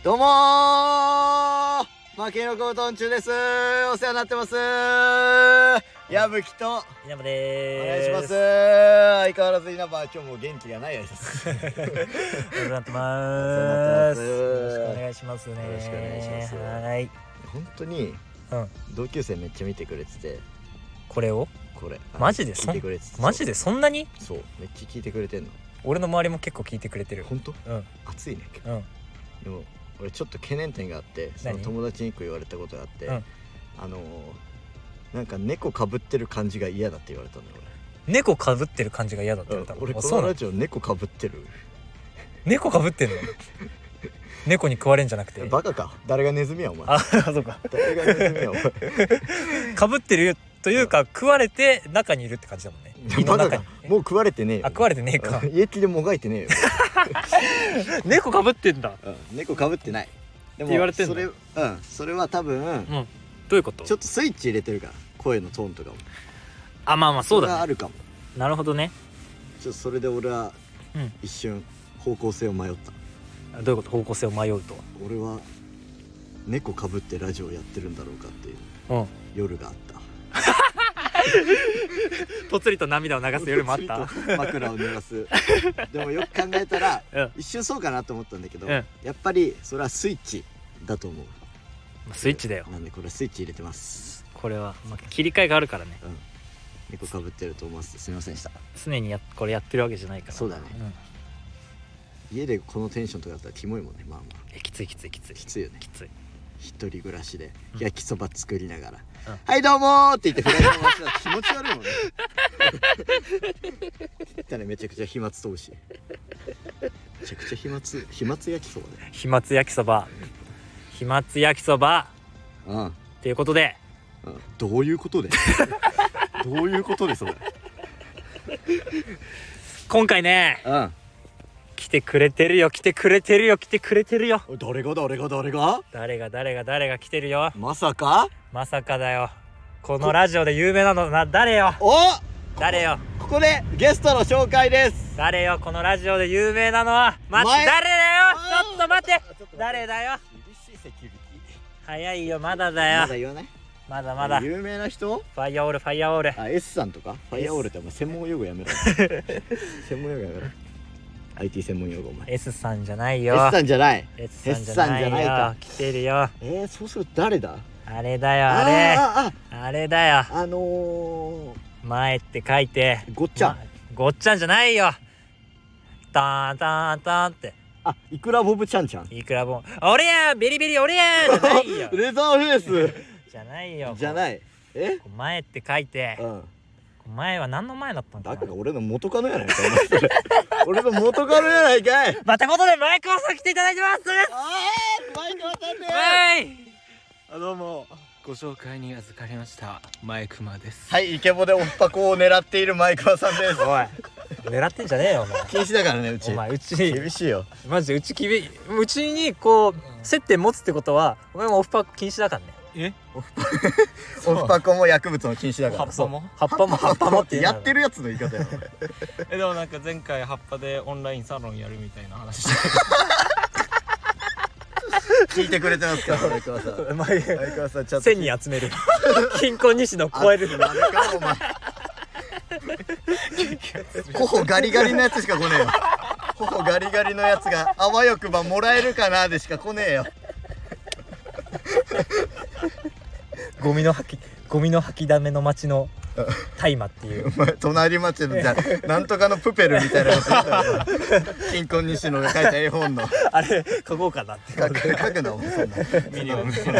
どうも負けのコートン中です。お世話になってます。矢吹と稲葉おでーす。 願いします。相変わらず稲葉は今日も元気がないです。 お世話になってまお世話になってます。 ーす。よろしくお願いしますね。 よろしくお願いしますはい。 本当に同級生めっちゃ見てくれてて、 これをこれマジで聞いてくれてて、 マジでそんなに？ そうめっちゃ聞いてくれてんの。 俺の周りも結構聞いてくれてる。 本当？ うん熱いね結構。 うん。 でも俺ちょっと懸念点があって、その友達に1個言われたことがあって、なんか猫かぶってる感じが嫌だって言われたんだよ俺。猫かぶってる感じが嫌だって言われたの。 俺このラジオ猫かぶってる。 猫かぶってんの？猫に食われんじゃなくて。 バカか。誰がネズミやお前。 あ、そうか。 誰がネズミやお前。 かぶってるというか食われて中にいるって感じだもんね。 バカか。もう食われてねえよ。 あ、食われてねえか。 家気でもがいてねえよ。 猫かぶってんだ。 猫かぶってない。でも言われてんの？ それは多分、 どういうこと？ ちょっとスイッチ入れてるから、声のトーンとかも。 あ、まあまあそうだね。 それはあるかも。 なるほどね。 ちょっとそれで俺は一瞬方向性を迷った。 どういうこと？方向性を迷うとは。 俺は猫かぶってラジオやってるんだろうかっていう夜があった。 ぽつりと涙を流す夜もあった。 枕を濡らす。でもよく考えたら、一瞬そうかなと思ったんだけど、やっぱりそれはスイッチだと思う。 スイッチだよ。 なんでこれスイッチ入れてます。 これは、切り替えがあるからね。 猫かぶってると思います。すみませんでした。 常にこれやってるわけじゃないから。 そうだね。家でこのテンションとかだったらキモいもんね。まあまあきついきついよね。 きつい。 一人暮らしで焼きそば作りながら、はいどうもーって言ってフライパン回したら気持ち悪いもんね。だね、めちゃくちゃ飛沫飛ぶし、めちゃくちゃ飛沫焼きそばね。 飛沫焼きそばっていうことで、 どういうことでどういうことでそれ。 今回ね、来てくれてるよ。 誰が来てるよ。 まさかだよ。このラジオで有名なの誰よ。誰よ。 ここでゲストの紹介です。 誰よ。このラジオで有名なのは誰だよ。ちょっと待って。誰だよ。 厳しいセキュリティ。 早いよ。まだだよ。 まだ言わない。まだ有名な人？ ファイアオール。 あ、S さんとか？ファイアオールってお前専門用語やめろ。専門用語やめろ。IT 専門用語お前。 S さんじゃないよ。 S さんじゃない。 S さんじゃないか。来てるよ。 そうすると誰だ？ あれだよ。あれだよ。前って書いてごっちゃん。 ごっちゃんじゃないよ。タンタンタンって。 イクラボブちゃんちゃん。 イクラボン。俺やベリベリ俺やじゃないよ。 レザーフェイスじゃないよ。 じゃない。 前って書いて。前は何の前だったんだ。 だから俺の元カノやないか。俺の元カノやないかい。 またことでマイクワさん来ていただいてます。 マイクワさんね。 どうもご紹介に預かりましたマイクマです。 はい、イケボでオフパコを狙っているマイクワさんです。 おい、狙ってんじゃねえよお前。 禁止だからね、うち。 お前うち厳しいよ。 マジでうちにこう接点持つってことはお前もオフパコ禁止だからね。 オフパコも薬物も禁止だから。 葉っぱもってやってるやつの言い方や。 でもなんか前回葉っぱでオンラインサロンやるみたいな話して聞いてくれてますかマイクワさん。マイクワさんちゃんと 1000人集める。貧困西野超える。 頬ガリガリのやつしか来ねえよ。頬ガリガリのやつがあわよくばもらえるかなでしか来ねえよ。 ゴミの吐きだめの町の大麻っていう。 隣町のじゃなんとかのプペルみたいなやつ。貧困西野が書いた絵本のあれ書こうかなって書くの。そんなミリオン狙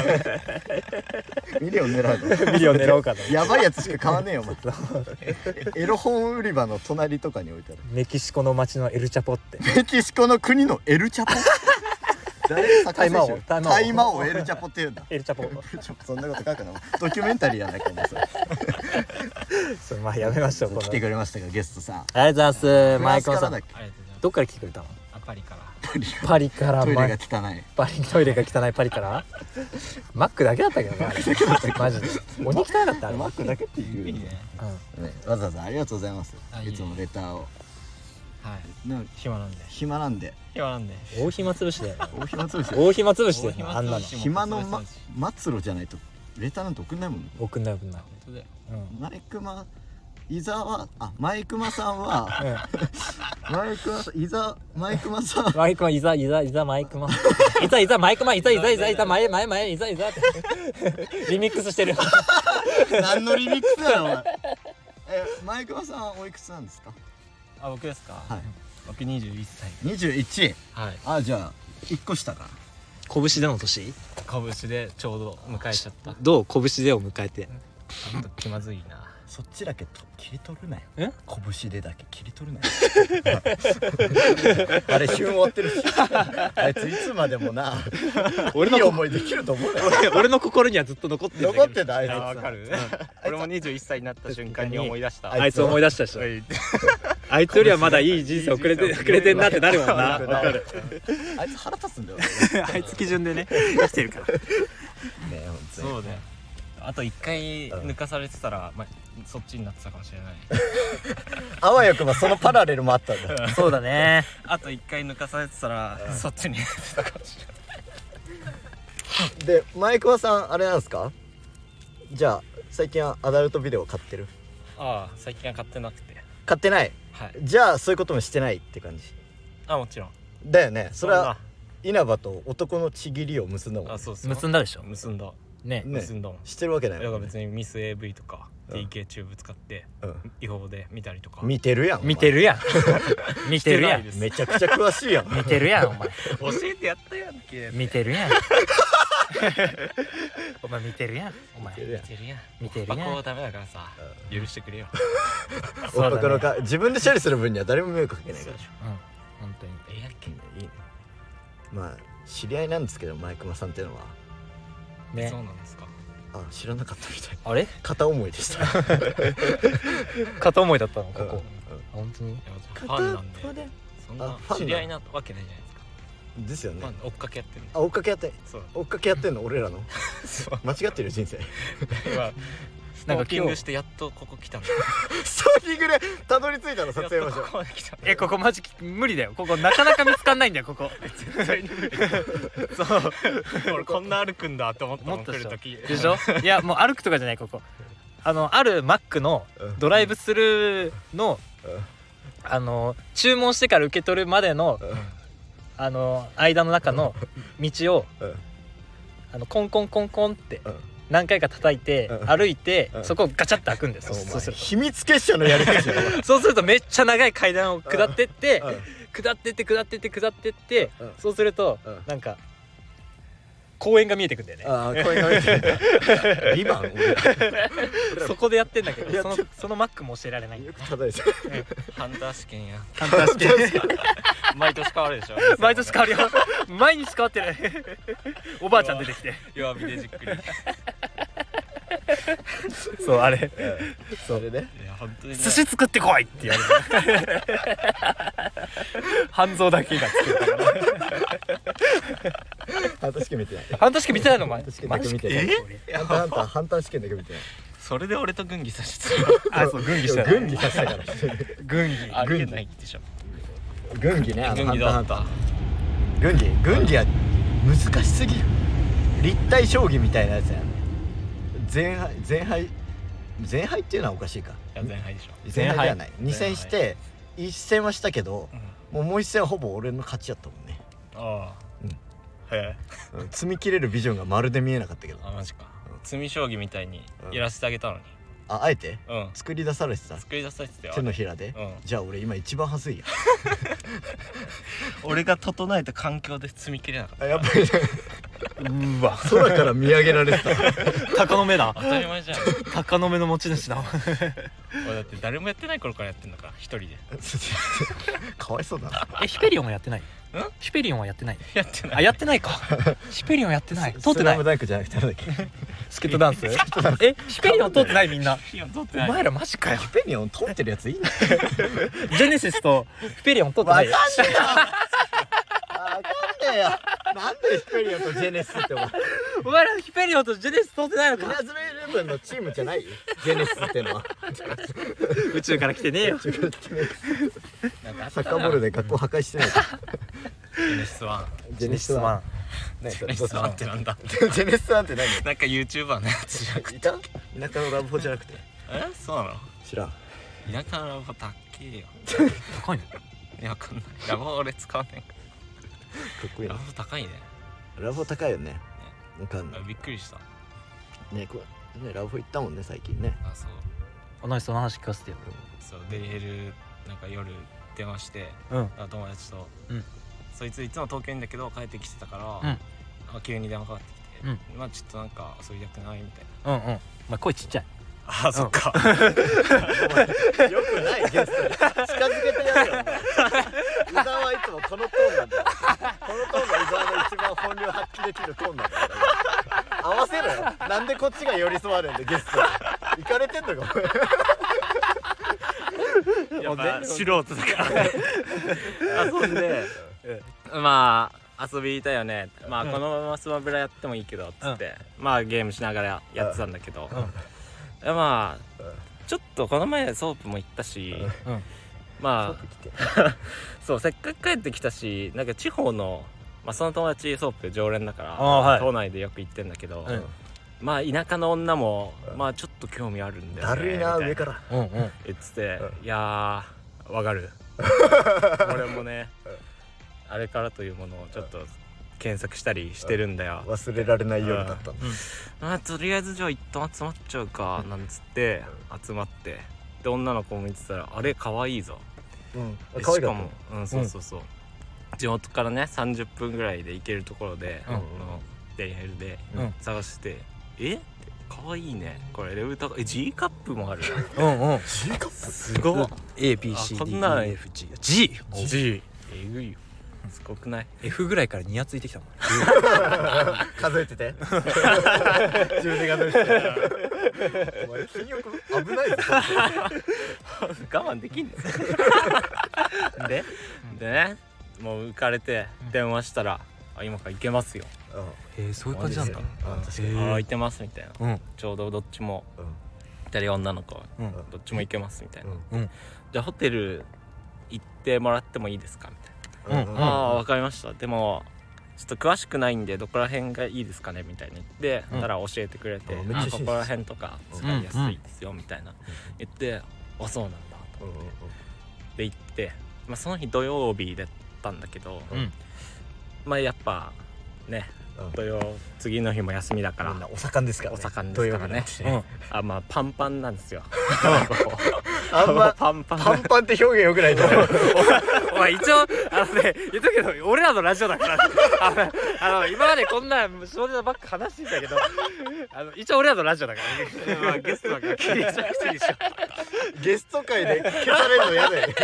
うの。 ミリオン狙おうかな。 やばいやつしか買わねえよお前。エロ本売り場の隣とかに置いてある。 メキシコの町のエルチャポって。 メキシコの国のエルチャポ。 大麻をエルチャポって言うんだ。 エルチャポ。 そんなこと書くの？ドキュメンタリーやないかも。 それまあやめましょう。 来てくれましたがゲストさん。 ありがとうございます。マイクワさん。 ありがとうございます。 どっから来てくれたの？ パリから。 パリから。 トイレが汚い。 トイレが汚いパリから。マックだけだったけどな。マジで。鬼汚かったあれ。 マックだけっていうね。わざわざありがとうございます。いつもレターを。 はいなんか暇なんで暇なんで大暇つぶしだよ大暇つぶし大暇つぶしだよあんなの暇の末路じゃないとレターなんて送んないもんね。 送んない送んない本当だようんマイクママイクマさんはマイクマさんマイクマさんマイクマいざマイクマいざマイクマいざ前いざってリミックスしてる何のリミックスだよお前。マイクマさんはおいくつなんですか？ あ僕ですかはい僕21歳 21。 はいあ、じゃあ1個下か。 拳での年拳でちょうど迎えちゃったどう拳でを迎えてちょっと気まずいなそっちだけ切り取るなよ。 え拳でだけ切り取るなよあれ旬終わってるしあいついつまでもな俺のいい思いできると思うよ。 俺の心にはずっと残ってる残ってたあいつ。 わかる俺も21歳になった瞬間に思い出したあいつ思い出したでしょあいつよりはまだいい人生をくれてんなってなるもんなわかるあいつ腹立つんだよあいつ基準でね出してるからね。 そうだよあと1回抜かされてたらそっちになってたかもしれないあわよくばそのパラレルもあったんだそうだねあと1回抜かされてたらそっちになってたかもしれないでマイクワさんあれなんですか？じゃあ最近はアダルトビデオ買ってる？ ああ最近は買ってなくて買ってない。 はいじゃあそういうこともしてないって感じあもちろんだよね。それは稲葉と男のちぎりを結んだもん。 あそうそう結んだでしょ結んだねね結んだもんしてるわけないだからもんね。 別にミス AV とかうん TK チューブ使ってうん違法で見たりとか見てるやん。 見てるやん見てるやんしてないですめちゃくちゃ詳しいやん。 見てるやんお前教えてやったやんけ見てるやんお前見てるやんお前見てるやん見てるやん見てるやんこうダメだからさ許してくれよそうだね男のか自分で処理する分には誰も迷惑かけないから。 うん本当にええやんけいいね。まあ知り合いなんですけどマイクマさんっていうのはねそうなんですか知らなかったみたい。 あれ片思いでした。 片思いだったのここうん本当にいやファンなんででそんなあファンだ知り合いなわけないじゃないですかですよねファ。ン追っかけやってるあ、追っかけやってそう追っかけやってんの俺らのそう間違ってる人生。 今ストーキングしてやっとここ来たのストーキングでたどり着いたの撮影場所やっとこ。こまで来たのここマジ無理だよここなかなか見つかんないんだよここ絶対に無理そう俺こんな歩くんだって思ったもん思ったでしょ来る時でしょいやもう歩くとかじゃないここあるマックのドライブスルーの注文してから受け取るまでの間の中の道をコンコンコンコンって何回か叩いて歩いてそこをガチャッと開くんですそうする秘密結社のやり方じゃん。 とそうするとめっちゃ長い階段を下ってって下ってってそうするとなんか公園が見えてくんだよねああ、声が見てるんだ。リバンそこでやってんだけやどそのマックも教えられないよく叩いてハンター試験やハンター試験毎年変わるでしょ毎年変わるよ毎日変わってるおばあちゃん出てきて弱火でじっくりいそうあれそれでや本当にね寿司作ってこいって言われる半蔵だけが作るから半年試験見てない。 半年見てないのお前半年試験だけ見てない。半年試験だけ見てない。 それで俺と軍議させてあそう軍議した軍議させたから。 軍議ありえないでしょ軍議ね。 軍議だった軍議は難しすぎる。立体将棋みたいなやつやん。全敗っていうのはおかしいか。 いや全敗でしょ全敗ではない。2 全敗戦して1戦はしたけど、もう1戦はほぼ俺の勝ちやったもんね。 ああへえ積み切れるビジョンがまるで見えなかったけど。 あマジか詰み将棋みたいにやらせてあげたのにあえてうん作り出されてた作り出されてたよ手のひらで。 うんじゃあ俺今一番はずいや。 俺が整えた環境で積み切れなかったやっぱりうわ空から見上げられてた。 鷹の目だ当たり前じゃん鷹の目の持ち主だ俺だって誰もやってない頃からやってんだから一人でかわいそうだな。 ヒペリオンはやってないヒペリオンはやってないやってないあやってないかヒペリオンやってない通ってないスラムダンクじゃなくてなんだっけ。 スケートダンスヒペリオン通ってないみんないや通ってないお前らマジかよペニオン通ってるやついいの？ ジェネシスとヒペリオン通ってないわかんねえよ。わかんねえよ。なんでヒペリオンとジェネシスってお前お前らヒペリオンとジェネシス通ってないのか稲妻イレブンのチームじゃない？ジェネシスってのは。 宇宙から来てねえよ。 なんかあったサッカーボールで学校破壊してないジェネシス1 ジェネシスワンジェネシス1ってなんだジェネシスワンって何？ なんか YouTuber のやつじゃなくていた？田舎のラブホじゃなくてそうなの知らん。 田舎のラブホ高えよ高いの？ いやわかんないラブホ俺使わないかかっこいいならラブホ高いねラブホ高いよね。わかんないびっくりしたね。これねラブホ行ったもんね最近ね。 あそうおなしその話聞かせてよ。 そうデリヘルなんか夜電話してうん友達と、 うんそいついつも東京にいんだけど帰ってきてたから、 うん急に電話かかってきて、 うんまあちょっとなんか遊びたくないみたいなうんまあ声ちっちゃい。 あそっかよくないゲストに近づけてやるよ。伊沢はいつもこのトーンなんだよ。このトーンが伊沢の一番本領発揮できるトーンなんだよ。合わせろよ。なんでこっちが寄り添われんでゲストに。行かれてんのかやっぱ素人だからね遊んでまあ遊びいたよねまあこのままスマブラやってもいいけどっつってまあゲームしながらやってたんだけどまあちょっとこの前ソープも行ったしまあそうせっかく帰ってきたしなんか地方のまあその友達ソープ常連だから島内でよく行ってんだけどまあ田舎の女もまあちょっと興味あるんだよねだるいな上から言ってていやーわかる俺もねあれからというものをちょっと検索したりしてるんだよ忘れられない夜だったんだ。 まあとりあえずじゃあ一旦集まっちゃうかなんつって集まってで女の子も見てたらあれ可愛いぞうん。 で可愛かっしかもそうそうそう地元からね30分ぐらいで行けるところでデリヘルで探してって可愛いねこれレベル高いG カップもあるな G カップすごっ ABCD こんな EFG G G えぐいよすごくない F ぐらいから2やついてきたもん。 数えてて自分で数えててお前金欲危ないぞ我慢できんねんでねもう浮かれて電話したらあ今から行けますよそういう感じなんだ。 あ行ってますみたいなちょうどどっちも2人女の子どっちも行けますみたいなじゃあホテル行ってもらってもいいですかみたいなああ分かりましたでもちょっと詳しくないんでどこら辺がいいですかねみたいに言ってたら教えてくれてめっちゃ親切ここら辺とか使いやすいですよみたいな言ってあそうなんだと思ってで行ってまあその日土曜日だったんだけどまあやっぱね土曜次の日も休みだからみんなお盛んですからお盛んですからねあまあパンパンなんですよあんまパンパンパンパンって表現よくないと思うお前一応言ったけど俺らのラジオだから今までこんな少女ばっか話してたけど一応俺らのラジオだからまあゲストだから気にしなくていいでしょゲスト会で消されるの嫌だよ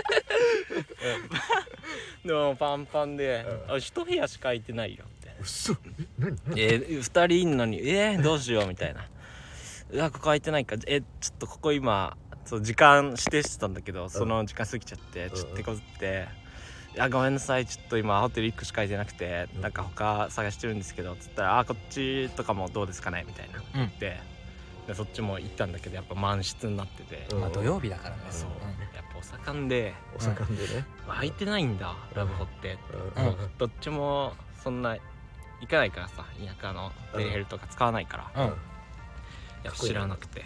でもパンパンで一部屋しか空いてないよみたいな嘘何 2人いんのにどうしようみたいなここ空いてないかちょっとここ今そう時間指定してたんだけどその時間過ぎちゃってちょっと手こずってごめんなさいちょっと今ホテル1個しか空いてなくてなんか他探してるんですけどつったらこっちとかもどうですかねみたいな言ってでそっちも行ったんだけどやっぱ満室になっててまあ土曜日だからね。 そうやっぱお盛んでお盛んでね空いてないんだラブホってどっちもそんな行かないからさ田舎のデリヘルとか使わないからやっぱ知らなくて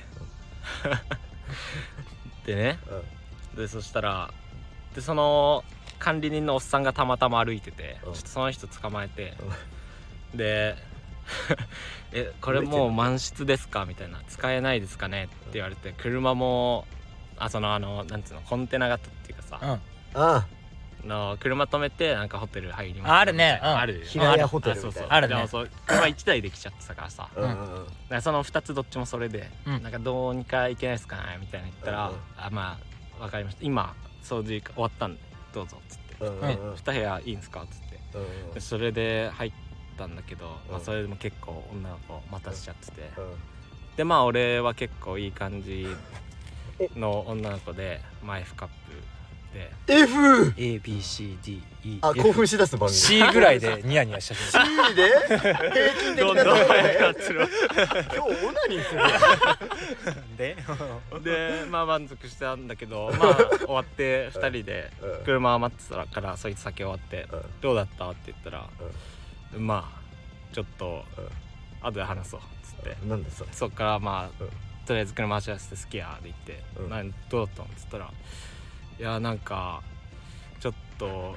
でねでそしたらでその管理人のおっさんがたまたま歩いててちょっとその人捕まえてでこれもう満室ですかみたいな使えないですかねって言われて車もなんつうのコンテナ型っていうかさの車止めてなんかホテル入りますあるねある平屋ホテルみたいなあるねでもそう車1台できちゃってたからさだからその2つどっちもそれでなんかどうにかいけないですかねみたいな言ったらまあ分かりました今掃除終わったんでどうぞっつって2部屋いいんですかっつってでそれで入ったんだけどまあそれでも結構女の子待たせちゃっててでまあ俺は結構いい感じの女の子でまあ F カップて F ABCDE あ興奮しだす番組 C ぐらいでニヤニヤしちゃって C で平均的なところで今日オナニーするででまあ満足したんだけどまあ終わって2人で車待ってたからそいつ先終わってどうだったって言ったらまあちょっと後で話そうっつってなんでそれそっからまあとりあえず車走らせて好きやで行ってどうだったのっつったらいやなんかちょっと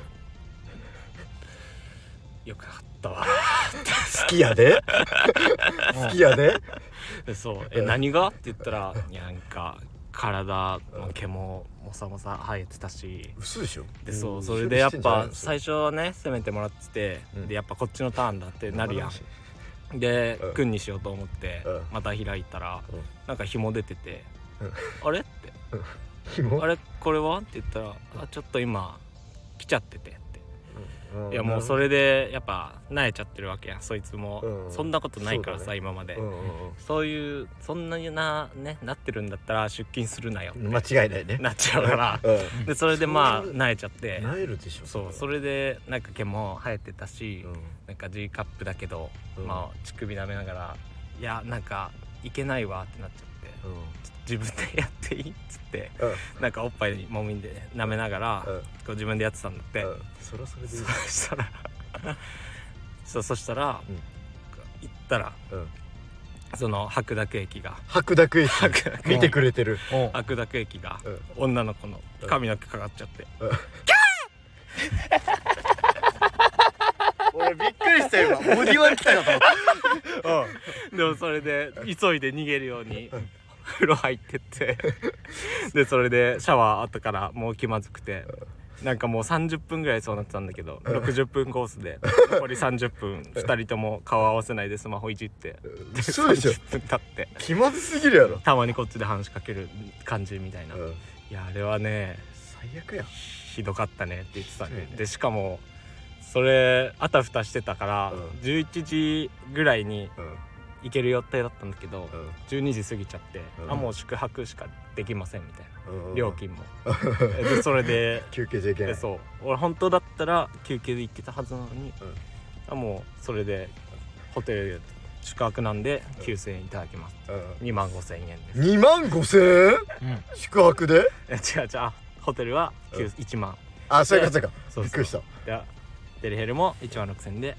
よくなかったわ好きやで好きやででそう何がって言ったらいやなんか体の毛ももさもさ生えてたし嘘でしょでそうそれでやっぱ最初はね攻めてもらっててでやっぱこっちのターンだってなるやんで君にしようと思ってまた開いたらなんか紐出ててあれってあれこれはって言ったらちょっと今来ちゃってていやもうそれでやっぱ萎えちゃってるわけやんそいつもそんなことないからさ今までそういうそんなになってるんだったら出勤するなよって間違いないねなっちゃうからでそれでまあ萎えちゃって萎えるでしょそうそれでなんか毛も生えてたしなんか G カップだけどまあ乳首舐めながらいやなんかいけないわってなっちゃって自分でやっていいっつってなんかおっぱいもみんで舐めながらこう自分でやってたんだってそれはそれでいいそしたら行ったらその白濁液が白濁液見てくれてる白濁液が女の子の髪の毛かかっちゃって俺びっくりしたよ今ボディワン来たかと思ったでもそれで急いで逃げるように風呂入ってってでそれでシャワー後からもう気まずくてなんかもう30分ぐらいそうなってたんだけど60分コースで残り30分2人とも顔合わせないでスマホいじってそうでしょ 30分経って気まずすぎるやろたまにこっちで話しかける感じみたいな、いやあれはね最悪やんひどかったねって言ってたね。でしかもそれあたふたしてたから、11時ぐらいに行ける予定だったんだけど、12時過ぎちゃって、もう宿泊しかできませんみたいな、料金もでそれで休憩じゃいけない。 そう俺本当だったら休憩で行ってたはずなのに、もうそれでホテル宿泊なんで9000円いただきます、25,000円です。 25,000円、宿泊で？ 違うホテルは1万。 あ、そういうことか。 そうびっくりした。 でデリヘルも16,000円で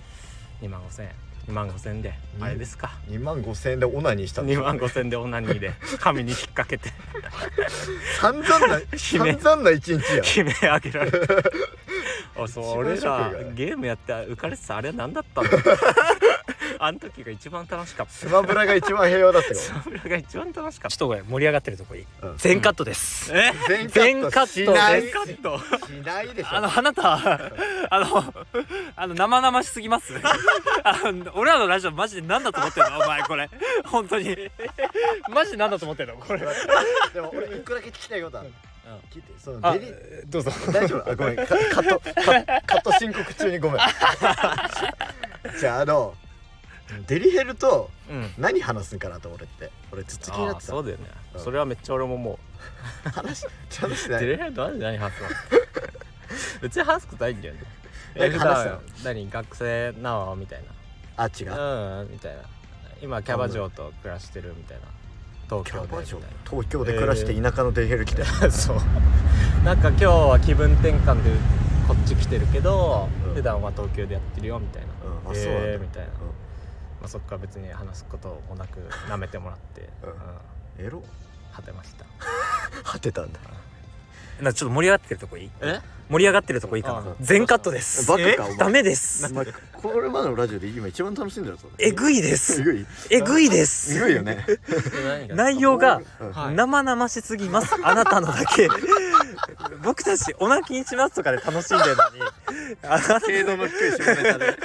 25,000円。25,000円であれですか。 25,000円でオナニーしたんですよ。 25,000円でオナニーで髪に引っ掛けて散々な一日や。 悲鳴あげられてそう俺らゲームやって浮かれてたあれ何だったんだあの時が一番楽しかった。 スマブラが一番平和だったよ。 スマブラが一番楽しかった。 ちょっとこれ盛り上がってるとこいい、全カットです。 全カットしない全カットしないでしょ。 あなた生々しすぎます俺らのラジオマジで何だと思ってんのお前これ本当にマジで何だと思ってんのこれでも俺一個だけ聞きたいことある。聞いて、そのどうぞ。 大丈夫？ごめん、カット申告中にごめんじゃあデリヘルと何話すんかなと俺ずっと気になってた。 そうだよね、それはめっちゃ俺も思う。 話しない。 デリヘルと何話すの別に話すことないんだよね。 何話したの？ 何学生なのみたいな。 あ、違う。 みたいな。今キャバ嬢と暮らしてるみたいな。東京でみたいな。 東京で暮らして田舎のデリヘル来てそうなんか今日は気分転換でこっち来てるけど、普段は東京でやってるよみたいな。みたいな。そっから別に話すこともなく舐めてもらってエロ果てました果てたんだ。 ちょっと盛り上がってるとこいい？盛り上がってるとこいいかな。全カットです。 バカかダメです。 これまでのラジオで今一番楽しんでるぞ。 えぐいです。 えぐいです。 えぐいよね内容が生々しすぎます。あなたのだけ僕たちお泣きにしますとかで楽しんでるのに程度の低い下ネタで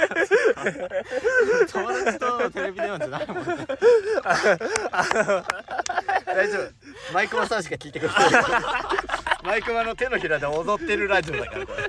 友達とテレビ電話じゃないもんね大丈夫、マイクマさんしか聞いてくれないマイクマの手のひらで踊ってるラジオだからこれ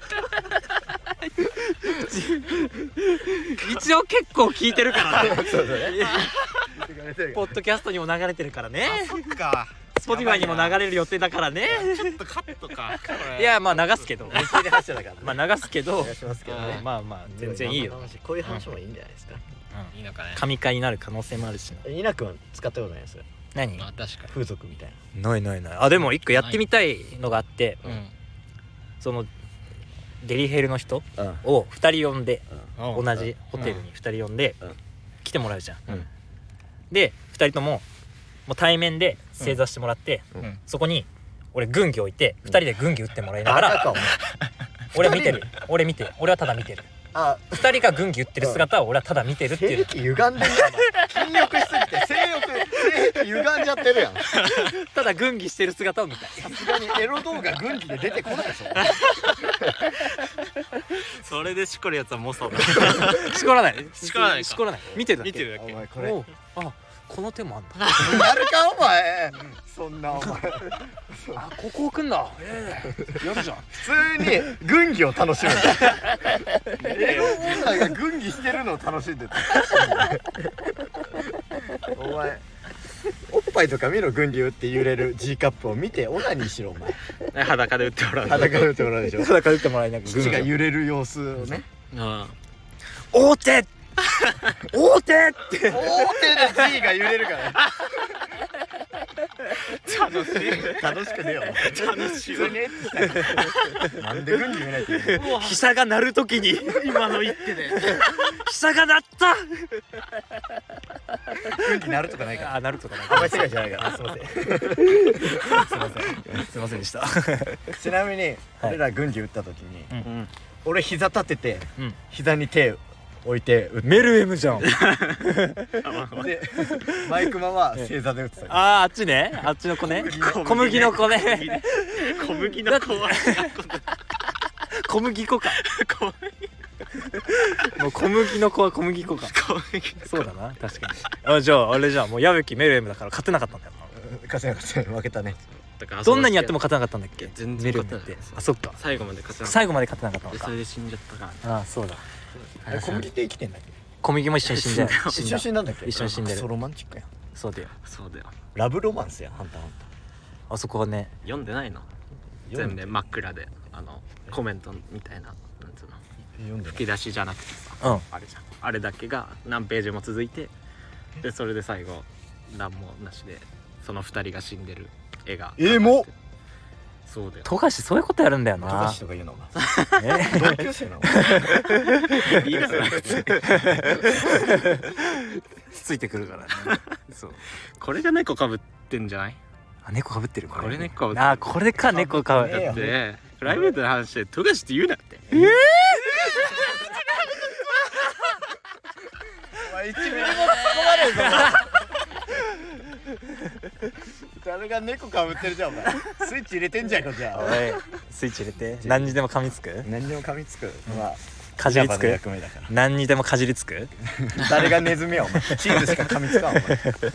一応結構聞いてるからねそうだねポッドキャストにも流れてるからね。 そっか Spotify にも流れる予定だからね。 ちょっとカットかこれいやまあ流すけど見切り発車だからねまあ流すけどお願いしますけどねまあまあ全然いいよ。 こういう話もいいんじゃないですか。 いいのかね。 神回になる可能性もあるしな。 稲君は使ったことないです何？ まあ確か風俗みたいないないない。あでも一個やってみたいのがあって、 に。 そのデリヘルの人なを2人呼んで、 うん。 同じホテルに2人呼んで、 うん来てもらうじゃん、 うんで2人とももう対面で正座してもらって、 うんそこに俺軍旗置いて2人で軍旗打ってもらいながら、 バカかお前俺見てる俺はただ見てるあ 2人が軍旗打ってる姿を俺はただ見てるっていう性癖歪んでんじゃん禁欲しすぎて性癖歪んじゃってるやん。 ただ軍旗してる姿を見たい。 さすがにエロ動画軍旗で出てこないでしょ。 それでしこるやつはモソだ。 しこらないしこらないかしこらない見てるだけ見てるだけ。 お前これおうあこの手もあんだやるかお前そんなお前あここ置くんだやるじゃん普通に軍技を楽しむんだエロ女が軍技してるのを楽しんでたお前おっぱいとか見ろ軍技打って揺れる G カップを見てオナニーしろお前裸で打ってもらう。 裸で打ってもらうでしょ裸打ってもらいながら父が揺れる様子をねうん。 大手大手って大手で G が揺れるから楽しい。 楽しくねえよ楽しい。 普通にエッチしたいなんで軍技言えないって言うの飛車が鳴るときに今の一手で。 飛車が鳴った軍技鳴るとかないからあ鳴るとかなあんまり世界じゃないからすいませんすいませんでしたちなみに俺ら軍技打った時にうん。 俺膝立ててうん膝に手置いて打ってメルエムじゃんでマイクマは正座で打ってたあーあっちねあっちの子ね小麦の子ね小麦の子は小麦粉かもう小麦の子は小麦粉かそうだな確かにあじゃああれじゃあもう矢吹メルエムだから勝てなかったんだよ勝てなかった負けたねなどんなにやっても勝てなかったんだっけ全然メルエムって勝てない。 あそっか最後まで勝てなかっ最後まで勝てなかったた。 のかそれで死んじゃったから。 ああそうだ小麦って生きてんだっけ小麦も一緒に死んだよ一緒に死んだんだっけ一緒に死んでるクソロマンチックやんそうだよそうだよ。 ラブロマンスやハンターハンあそこはね読んでないの？ ター全部で真っ暗でコメントみたいななんつうの読んでない吹き出しじゃなくてさ、 うんあれじゃん。あれだけが何ページも続いて、でそれで最後何もなしでその二人が死んでる絵が。 もそうだよ。 富樫そういうことやるんだよな富樫とか言うのお前え同級生なのいいですね。 ついてくるからねそうこれが猫かぶってんじゃない？ あ猫かぶってるこれ猫かぶってる。 あこれか猫かぶねえよだってプライベートな話で富樫って言うなって。 お前1ミリも突っ込まれるぞ誰が猫かぶってるじゃんお前スイッチ入れてんじゃんこっちはおいスイッチ入れて何にでも噛みつく何にも噛みつくまあかじりつジャバのく役目だから何にでもかじりつく誰がネズミやお前チーズしか噛みつかんお前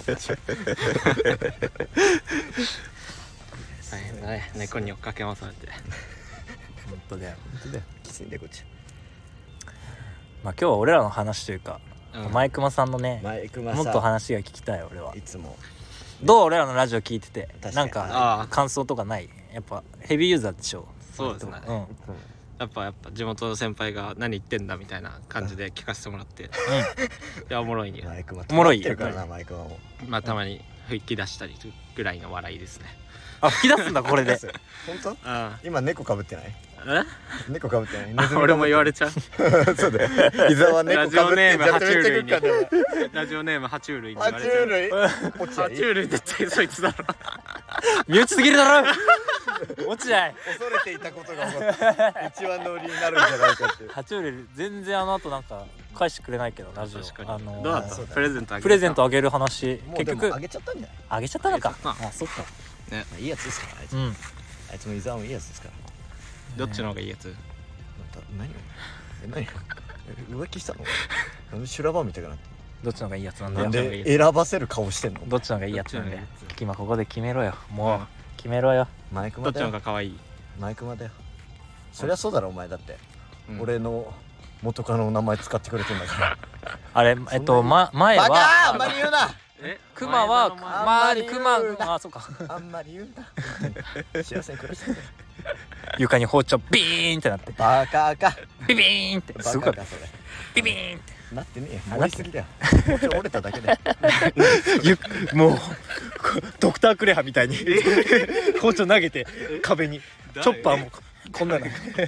大変だね。猫に追っかけ回されて。 本当だよ本当だよきついんだよこっちまあ今日は俺らの話というかうんマイクマさんのねマイクマさもっと話が聞きたい俺はいつもどう俺らのラジオ聞いてて確かになんかあー感想とかないやっぱヘビーユーザーでしょそうですね。 うんやっぱ地元の先輩が何言ってんだみたいな感じで聞かせてもらって、いやおもろいんよ。 マイクマおもろい止まってるからなマイクマもまあたまに吹き出したりぐらいの笑いですね。 あ吹き出すんだこれで本当あ今猫かぶってないあ。 猫かぶってないえ？俺も言われちゃう。 そうだよ伊沢猫かぶってんじゃってめっちゃ食っかんだよラジオネーム爬虫類に爬言われちゃう。 虫類落ち爬虫類絶対そいつだろ。 身内すぎるだろ落ちない恐れていたことが起こった一番乗りになるんじゃないかっていう爬虫類全然あの後なんか返してくれないけどラジオ確かに。 ーどうだった？ そうだねプレゼントあげた。 プレゼントあげる話もう結局でもあげちゃったんじゃないあげちゃったのかあげちゃったあそっかね。 まあいいやつですからあいつうんあいつも伊沢もいいやつですからどっちの方がいいやつ？ また何浮気したのなんで修羅場みたいになってどっちの方がいいやつなんだよなんで選ばせる顔してんのどっちの方がいいやつなんだよどっちの方がいいや今ここで決めろよもううん決めろよマイクマだよどっちの方が可愛い？ マイクマだよそりゃそうだろお前だってうん俺の元カノの名前使ってくれてんだからあれ前バカはあんまり言うなクマはまりクマ言うなあそうかあんまり言うな幸せに暮らしてる床に包丁ビーンってなってバカかビビーンってバすごいカかそれビビーンってなってねえよ盛りすぎだよ包丁折れただけでもうドクタークレハみたいに包丁投げて壁にチョッパーもこんなの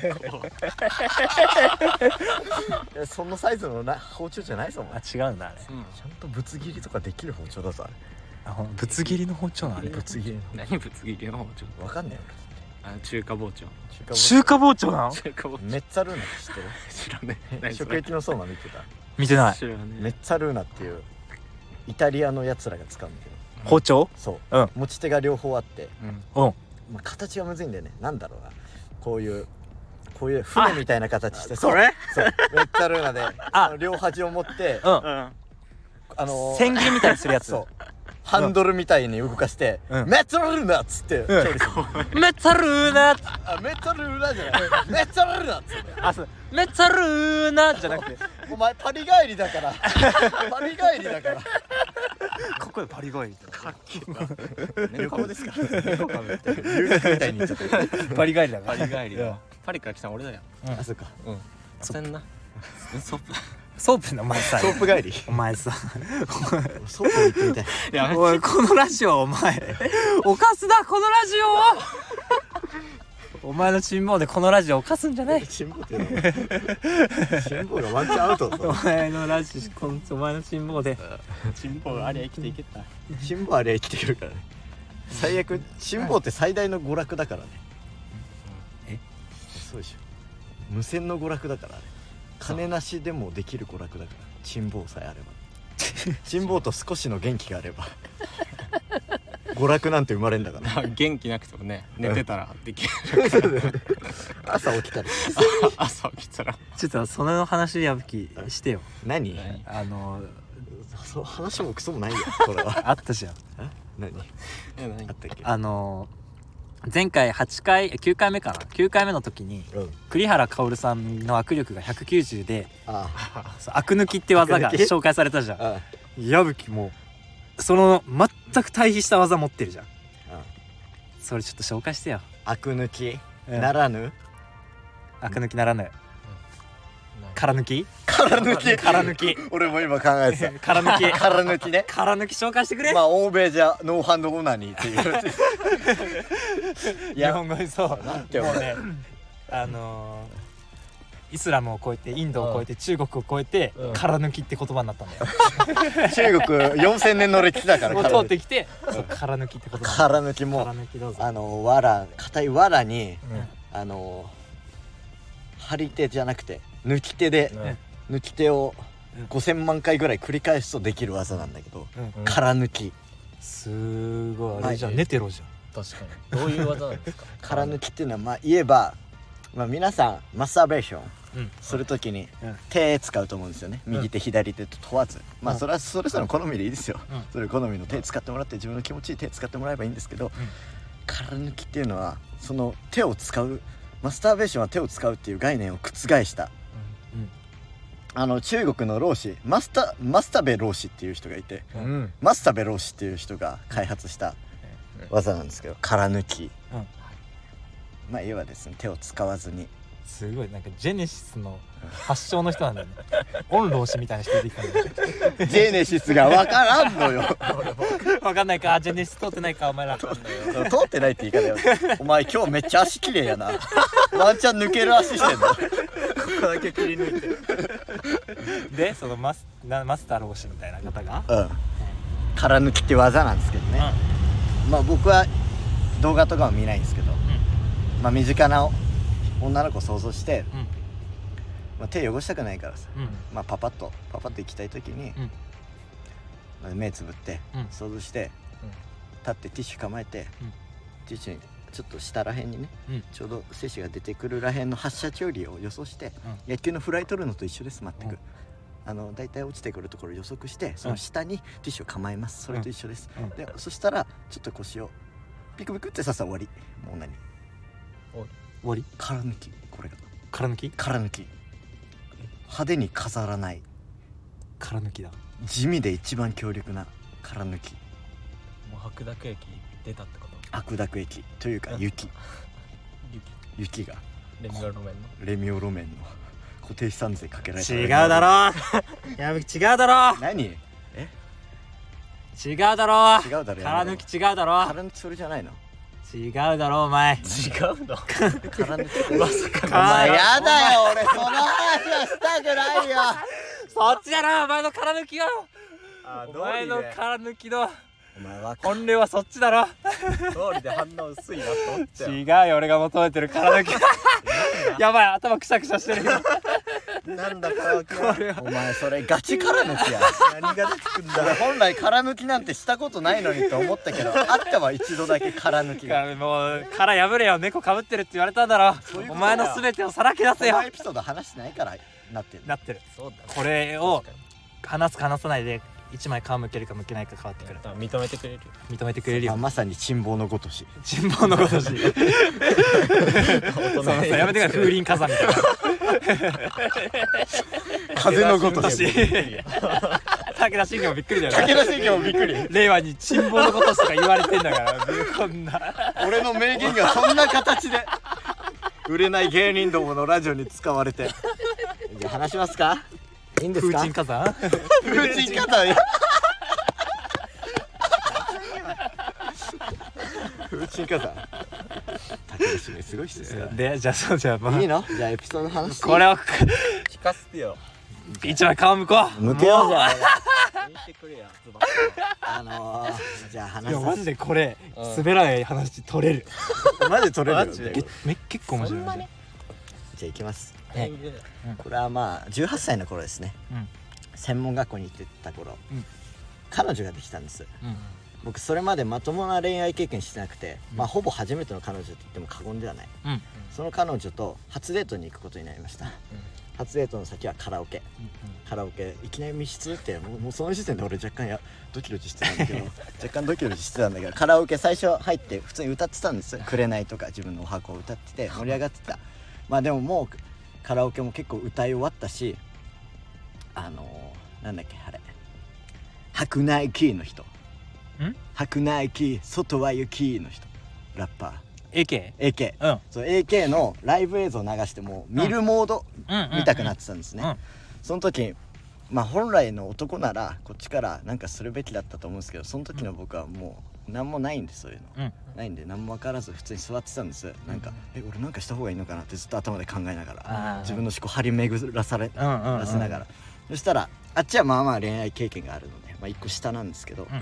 そのサイズの包丁じゃないぞお前あ違うんだあれちゃんとぶつ切りとかできる包丁だぞあれぶつ切りの包丁なあれぶつ切り何ぶつ切りの包丁わかんね中華包丁えよ中華包丁なの中華包丁メッツァルーナって知ってる知らねえ何そ食れ液の相馬見てた見てない知らねメッツァルーナっていうイタリアのやつらが使うんだけど包丁そう、 うん持ち手が両方あって、 うんうんまあ、形がむずいんだよねなんだろうなこういう船みたいな形してそうこれそうメッツァルーナであその両端を持ってうん千切りみたいにするやつそうハンドルみたいに動かして、 うんメッツァルーナっつって調理する、 メッツァルーナあメッツァルーナじゃないメッツァルーナっつってあそうメッツァルーナじゃなくてお前パリ帰りだからパリ帰りだからここでパリ帰り旅行ですか留学みたいに言っちゃったパリ帰りだからパリ帰りだパリから来たの俺だよあそうか焦んなソープソープのお前さソープ帰りお前さソープ行ってみたいやめおいこのラジオお前おかすだこのラジオお前の辛抱でこのラジオおかすんじゃない辛抱っていうの辛抱がワンチャンアウトだおぞ前のラジオお前の辛抱で辛抱がありゃ生きていけた辛抱あれ生きてくるからね最悪辛抱って最大の娯楽だからねそうでしょ無線の娯楽だからね金なしでもできる娯楽だから辛抱さえあれば辛抱と少しの元気があれば娯楽なんて生まれんだから元気なくてもね寝てたらできる朝起きたり朝起きたらちょっとその話矢吹してよ何そう話もクソもないよこれはあったじゃん何何あったっけ前回9回目かな9回目の時に栗原薫さんの握力が190であそうアク抜きって技がアク抜き紹介されたじゃんあ矢吹もその全く対比した技持ってるじゃんそれちょっと紹介してよアク抜きうんならぬアク抜きならぬ空抜き空抜き空抜き俺も今考えてた空抜き空抜きね空抜き紹介してくれ、 まあ欧米じゃノーハンドオナニーっていう日本語にそうなんてもうねイスラムを超えてインドを超えて中国を超えて空抜きって言葉になったんだよ中国4000年の歴史だからもう通ってきてそう空抜きって言葉になった空抜きも空抜きどうぞ硬い藁に張り手じゃなくて抜き手で抜き手を5000万回ぐらい繰り返すとできる技なんだけど空抜きすごいあれじゃんネテロじゃん確かにどういう技なんですか空抜きっていうのはまあ言えば皆さんマスターベーションするときに手使うと思うんですよね右手左手と問わずまあそれはそれぞれの好みでいいですよそれ好みの手使ってもらって自分の気持ちいい手使ってもらえばいいんですけど空抜きっていうのはその手を使うマスターベーションは手を使うっていう概念を覆した中国の老子マスタベ老子っていう人がいてマスタベ老子っていう人が開発した技なんですけど空抜きまあいわですね手を使わずにすごいなんかジェネシスの発祥の人なんだよね御老子みたいな人出てきたんだよジェネシスが分からんのよ分かんないかジェネシス通ってないかお前ら通ってないって言い方よお前今日めっちゃ足綺麗やなワンチャン抜ける足してんのここだけ切り抜いてでそのマスター老子みたいな方が空抜きって技なんですけどねまあ僕は動画とかは見ないんですけどまあ身近な女の子を想像して、まあ、手汚したくないからさ、まあ、パパッと行きたい時に、まあ、目つぶって、想像して、立ってティッシュ構えて、ティッシュにちょっと下らへんにね、ちょうど精子が出てくるらへんの発射距離を予想して、野球のフライ取るのと一緒です全く、だいたい落ちてくるところを予測してその下にティッシュを構えますそれと一緒です、でそしたらちょっと腰をピクピクって刺したら終わりもう何終わり空抜きこれが空抜き派手に飾らない空抜きだ地味で一番強力な殻抜き。 もう白濁駅出たってこと？ 悪濁液というか雪がレミオロメンのレミオロメンの固定資産税かけられた。 違うだろやぶき違うだろ何？ 違うだろ違うだろ。 殻抜き違うだろ殻抜きそれじゃないの？ 違うだろお前。 違うの？ 殻抜きまさかお前やだよ、俺その話はしたくないよ。 そっちだろお前の殻抜きよ。お前の道理で殻抜きのお前は本領はそっちだろ。 道理で反応薄いなと思っちゃう。 違うよ俺が求めてる殻抜きやばい頭くしゃくしゃしてるよ。 なんだ殻抜きは。お前それガチ殻抜きや。何が出てくんだ。俺本来殻抜きなんてしたことないのにって思ったけど、あったわ一度だけ殻抜きが。 もう殻破れよ猫かぶってるって言われたんだろ。 そういうことだよお前の全てをさらけ出せよこのエピソード話してないからなってる。 なってる。 そうだね。 これを話すか話さないで1枚皮むけるかむけないか変わってくる。 認めてくれる。 認めてくれるよ。 まさに珍望のごとし。 人望のごとしそうそうやめてから風林火山みたいな風のごとし。 武田信玄もびっくりだよね。 武田信玄もびっくり。 令和に珍望のごとしとか言われてんだからこんな俺の名言がそんな形で売れない芸人どものラジオに使われて。じゃあ話しますか？いいんです風か？ 神火山風神火山や。風神火山。武田信玄すごい人ですから。 でじゃあそうじゃあまあいいの？じゃあエピソード話していい？ これを聞かせてよ。 1枚皮むこう。 向けようじゃあ。 聞いてくれや。 じゃあい話やマジす。 でこれ滑らない話取れる。 マジ取れるよマジでね。 結構面白い。 そんなにじゃあ行きます。 はいこれはまあ18歳の頃ですね。 うん専門学校に行ってた頃、 うん彼女ができたんです。 うん僕それまでまともな恋愛経験してなくて、まあほぼ初めての彼女と言っても過言ではない。 うんその彼女と初デートに行くことになりました。初デートの先はカラオケ。カラオケいきなり密室ってもうその時点で俺若干ドキドキしてたんだけど若干ドキドキしてたんだけど、カラオケ最初入って普通に歌ってたんです。紅とか自分のお箱を歌ってて盛り上がってた。まあでももうカラオケも結構歌い終わったし、なんだっけあれ、白内キーの人、白内キー外は雪の人、ラッパー AK、 うんそう AK のライブ映像を流してもう見るモード見たくなってたんですね。 うんその時まあ本来の男ならこっちからなんかするべきだったと思うんですけど、その時の僕はもう何もないんで、そういうの、 うんないんで何も分からず普通に座ってたんです。なんか俺なんかした方がいいのかなってずっと頭で考えながら自分の思考張り巡らせながら、そしたらあっちはまあまあ恋愛経験があるので、まあ一個下なんですけど、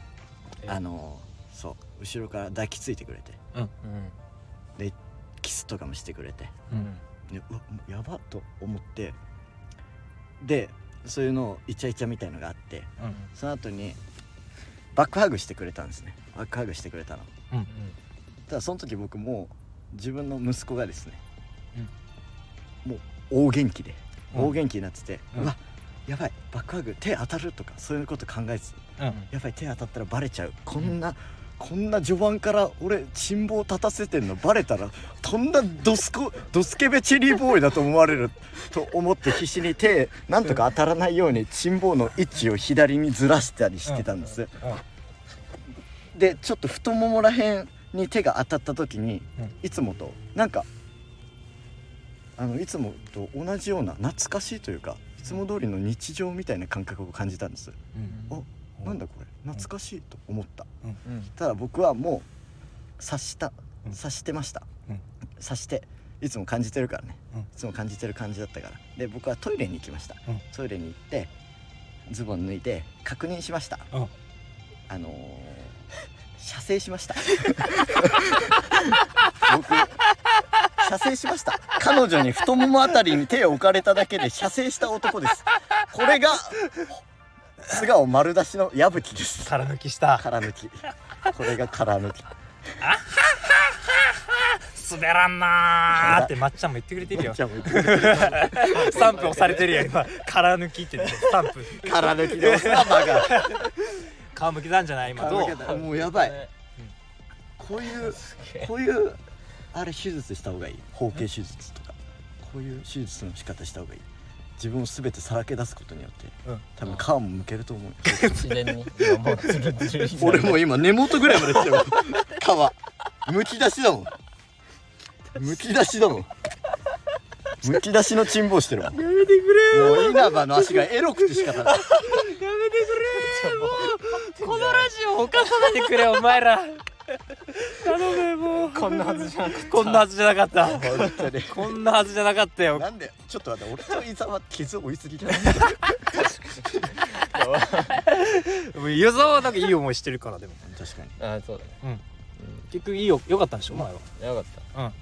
そう後ろから抱きついてくれて、でキスとかもしてくれて、でうわやばっと思って、でそういうのをイチャイチャみたいのがあって、その後にバックハグしてくれたんですね。バックハグしてくれたの。ただその時僕もう自分の息子がですね、もう大元気で大元気になってて、うわやばいバックハグ手当たるとかそういうこと考えず、やばい手当たったらバレちゃう、こんな序盤から俺辛抱立たせてんのバレたらとんだドスケベチェリーボーイだと思われると思って必死に手なんとか当たらないように辛抱の位置を左にずらしたりしてたんです。でちょっと太ももらへんに手が当たった時に、いつもとなんかいつもと同じような懐かしいというかいつも通りの日常みたいな感覚を感じたんです。なんだこれ懐かしいと思った。ただ僕はもう察してました。察していつも感じてるからね、いつも感じてる感じだったから。で僕はトイレに行きました。トイレに行ってズボン脱いで確認しました。射精しました僕射精しました。彼女に太ももあたりに手を置かれただけで射精した男です。これが素顔丸出しの矢吹です。 殻抜きした殻抜き、これが殻抜き。 滑らんなーってまっちゃんも言ってくれてるよ。 スタンプ押されてるよ今。殻抜きって言ってスタンプ殻抜きのスタンバが皮むけたんじゃない今。どう？ もうやばい。こういうあれ手術した方がいい。包茎手術とかこういう手術の仕方した方がいい。 自分を全てさらけ出すことによって、多分皮もむけると思うよ。 自然に今もうツルツルに俺もう今根元ぐらいまで来てる皮むき出しだもん。むき出しだもん。むき出しのチンボしてるわ。やめてくれよ。もう稲葉の足がエロくて仕方ない。やめてくれもうこのラジオを犯さないでくれお前ら。頼むもう。 こんなはずじゃなかった。 こんなはずじゃなかった。 本当にこんなはずじゃなかったよ。 なんでちょっと待って、俺と伊沢傷追いすぎじゃない？ 湯沢はなんかいい思いしてるから。でも確かに。 あそうだね。 結局良かったんでしょお前は。 よかった。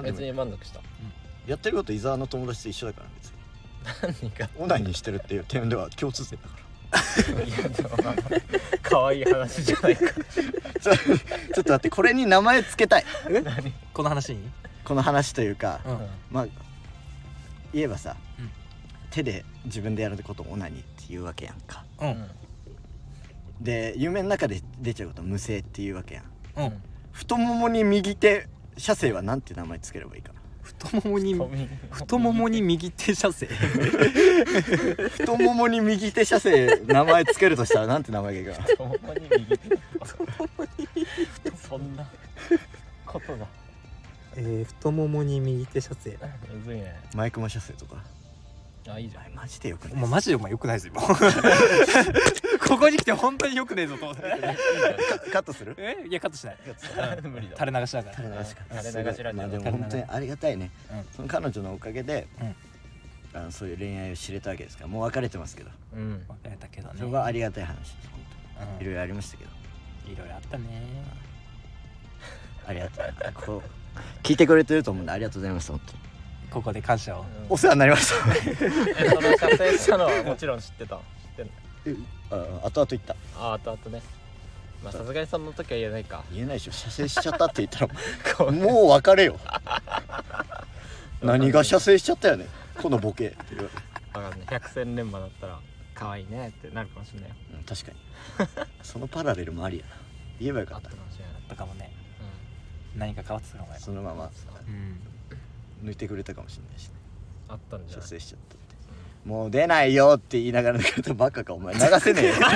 別に満足した。 やってること伊沢の友達と一緒だから別に。 何かオナニーしてるっていう点では共通点だから。 いやでも可愛い話じゃないか。 ちょっと待って、これに名前つけたい。 この話にこの話というか、 うんまあ言えばさ、 うん手で自分でやることをオナニーっていうわけやんか。 うんで夢の中で出ちゃうこと無声っていうわけやん。 うん太ももに右手射精はなんて名前つければいいかな。 太ももに右手射精。 太ももに右手射精名前つけるとしたらなんて名前がいいかな。 太ももに右手。そんなことが。 太ももに右手射精。 むずいね。 マイクマ射精とか。 あいいじゃん。 マジでよくない？ もうマジでお前良くないぞ今。ここに来て本当に良くねえぞと思って。 カットする？ いやカットしない。 無理だ。 垂れ流しだから。 垂れ流しか。 垂れ流しラジオまあでも本当にありがたいね。 うんその彼女のおかげで、そういう恋愛を知れたわけですから。もう別れてますけど、 うん。 別れたけどね。 それはありがたい話です。本当にいろいろありましたけど、 いろいろあったね。 ありがとう。こう聞いてくれてると思うんでありがとうございました。本当にここで感謝を。 お世話になりました。 その射精したのはもちろん知ってた。知ってんの。 後々言った。 後々ね。まあさすがにその時は言えないか。 言えないでしょ。射精しちゃったって言ったらもう別れよ。何が射精しちゃったよねこのボケって言われる。 わかんない。百戦錬磨だったら可愛いねってなるかもしれないよ。 確かに。そのパラレルもありやな。言えばよかった。 かもしれない。 とかもね。何か変わってたかもね。 そのまま抜いてくれたかもしれないし、 あったんじゃない。 射精しちゃったって、もう出ないよって言いながら抜けたバカかお前。流せねえよ。 流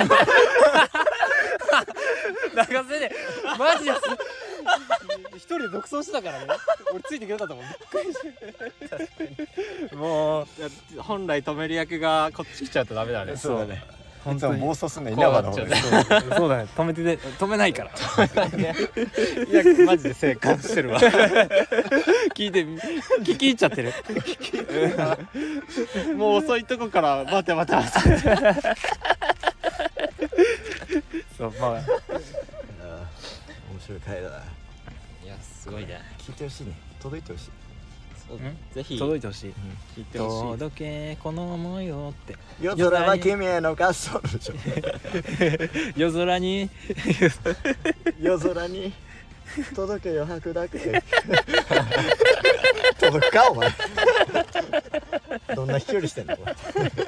せねえ。マジです。一人で独走してたからね。俺ついてくれたと思う。もう本来止める役がこっち来ちゃうとダメだね。 そうだね。 本当に暴走すんの稲葉の方で。 そうだね。止めないから。 いやマジで生還してるわ。 聞き入っちゃってる。 もう遅いとこから待て。 そうまあ面白い回だな。 いやすごいね。 聞いてほしいね。届いてほしい。 ぜひ届いてほしい。 聞いてほしい。 届けこの想いをって。 夜空は君への合唱でしょ。 夜空に夜空に届けよ白濁。届くかお前。どんな飛距離してんのこれ。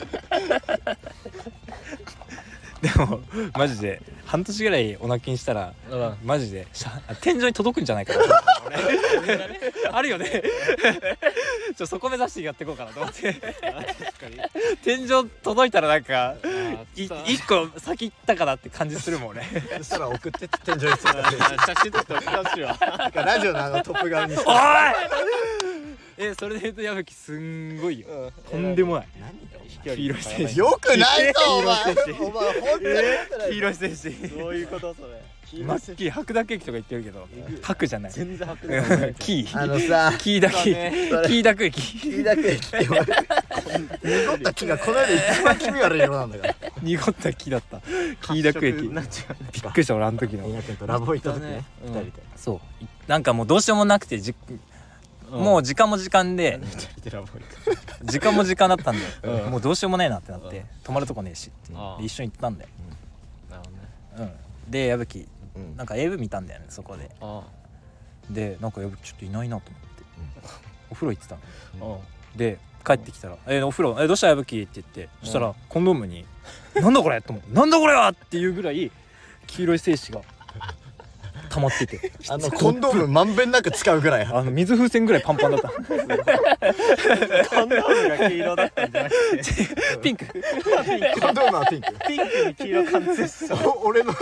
でもマジで半年ぐらいお泣きにしたらマジで天井に届くんじゃないかな。あるよね。そこ目指してやっていこうかなと思って。天井届いたらなんか一個先行ったかなって感じするもんね。 そしたら送って天井についた。 写真撮って送ってほしいわ。 ラジオのトップ側にして。 おいそれで言うと矢吹すんごいよ。とんでもない。黄色い戦士。 よくないぞお前。 黄色い戦士お前本当に黄色い戦士。 どういうことそれ。 マッキー白濁液とか言ってるけど白じゃない。 全然白濁キーさキーだけキーだけ木だけって言われる。濁った木がこの世で一番気味悪い色なんだから。 濁った木だった。キーだけ液。びっくりした俺あの時の。 稲君とラボ行った時ね。2人で。 そうなんかもうどうしようもなくてもう時間も時間で時間も時間だったんでもうどうしようもないなってなって泊まるとこねえしって一緒に行ったんだよ。 なるほどね。 で矢吹なんか AV 見たんだよねそこで。 あでなんか矢吹ちょっといないなと思ってお風呂行ってたの。 あで帰ってきたらお風呂どうした矢吹って言ってそしたらコンドームになんだこれと思ってなんだこれはっていうぐらい黄色い精子が溜まっててコンドームまんべんなく使うぐらい水風船ぐらいパンパンだったコンドームが黄色だったんじゃなくてピンクコンドームはピンクピンクに黄色完成した俺の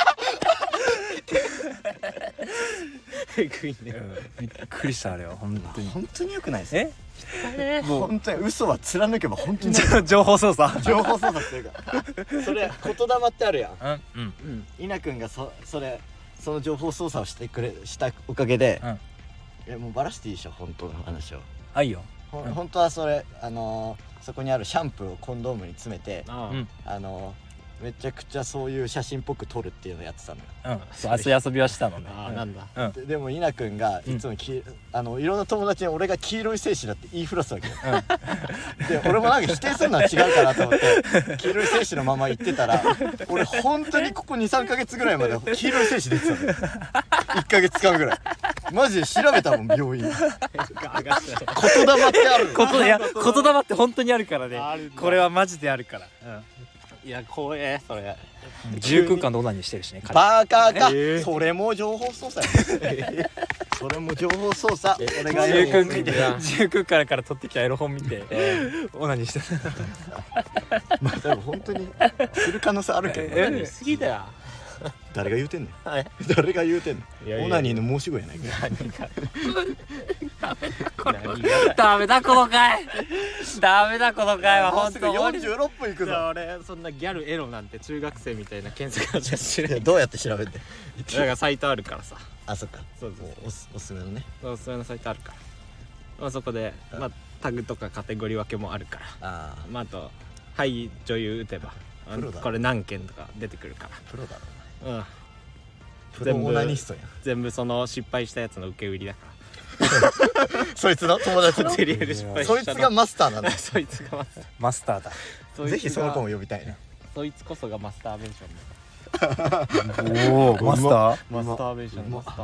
えぐいねびっくりしたあれは本当に本当に良くないですえもう本当に嘘は貫けば本当に情報操作情報操作っていうかそれ言霊ってあるやんうん稲君がその情報操作をしたおかげで、もうバラしていいでしょ本当の話をあいいよ本当はそれそこにあるシャンプーをコンドームに詰めてめちゃくちゃそういう写真っぽく撮るっていうのをやってたのよそう遊びはしたのねなんだでも稲君がいつもいろんな友達に俺が黄色い精子だって言いふらすわけよで俺もなんか否定するのは違うかなと思って黄色い精子のまま言ってたら俺本当にここ 2,3 ヶ月ぐらいまで黄色い精子出てたのよ1ヶ月間ぐらいマジで調べたもん病院言霊ってあるいや言霊って本当にあるからねこれはマジであるからいや光栄それ自由空間でオナニーしてるしねバカかそれも情報操作やそれも情報操作俺が自由空間から撮ってきたエロ本見てオナニーしてまあでも本当にする可能性あるけど言い過ぎだよ誰が言うてんねん誰が言うてんねんオナニーの申し子やないかダメだこの回ダメだこの回は本当 46分いくぞ俺そんなギャルエロなんて中学生みたいな検索はしないどうやって調べてだからサイトあるからさあそっかそうおすすめのねおすすめのサイトあるからまあそこでタグとかカテゴリー分けもあるからあとはい女優打てばこれ何件とか出てくるからプロだろプロオナニストやん全部その失敗したやつの受け売りだかそいつの友達のらテリエル失敗そいつしたがマスターなんだそいつがマスターだぜひその子も呼びたいねそいつこそがマスターベーションおおマスターマスターベーションマスターう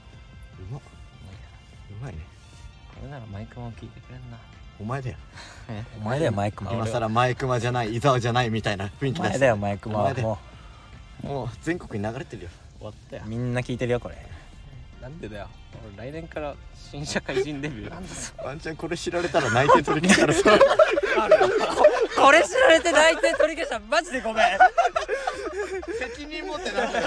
まいねこれならマイクも聞いてくれんなお前だよお前だよマイクマン今更マイクマじゃない伊沢じゃないみたいな雰囲気出してお前だよマイクマンはもう全国に流れてるよ終わったよみんな聞いてるよこれなんでだよ俺来年から新社会人デビューなんだぞワンちゃんこれ知られたら内定取り消したらさこれ知られて内定取り消したらマジでごめん責任持ってなんだよ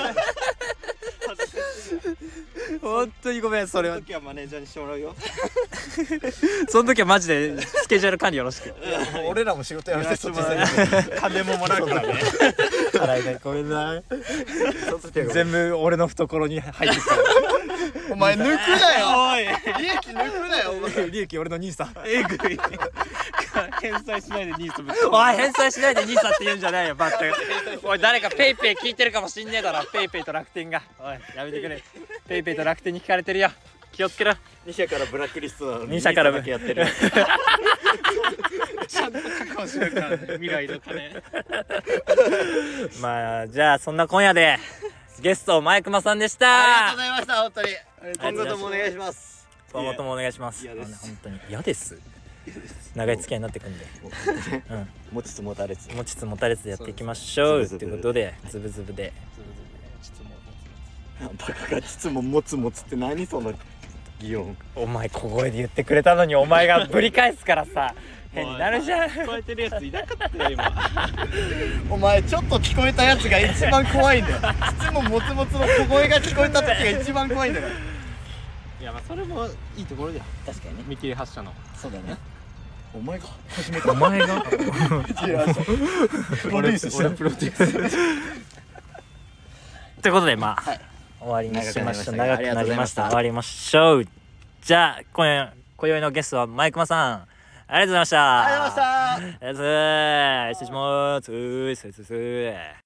本当にごめんそれは時はマネージャーにしてもらうよその時はマジでスケジュール管理よろしく俺らも仕事やめてそっち先金ももらうからね払いないごめんな全部俺の懐に入ってくお前抜くなよおい利益抜くなよお前る利益俺の兄さんえぐい返済しないでニースぶっおい返済しないで兄さんって言うんじゃないよバッテンおい誰かペイペイ聞いてるかもしんねえだろペイペイと楽天がおいやめてくれペイペイと楽天に聞かれてるよ気をつけろ 2社からブラックリストなのに 2社からだけやってるちゃんと確保しなきゃ未来の金まあじゃあそんな今夜でゲストマイクマさんでしたありがとうございました本当に今後ともお願いします今後ともお願いします嫌です本当に嫌です長い付き合いになってくんで持ちつ持たれつ持ちつ持たれつでやっていきましょうそうですということでズブズブでバカが質問持つ持つって何その擬音お前小声で言ってくれたのにお前がぶり返すからさ変になるじゃん聞こえてるやついなかったよ今お前ちょっと聞こえたやつが一番怖いんだよ質問もつもつの小声が聞こえた時が一番怖いんだよいやまあそれもいいところだよ確かにね見切り発車のそうだねお前がお前がプロデュースしたプロデュースということでまあ、終わりにしました長くなりました終わりましょうじゃあ今宵のゲストはマイクマさんありがとうございましたありがとうございましたありがとうございます失礼します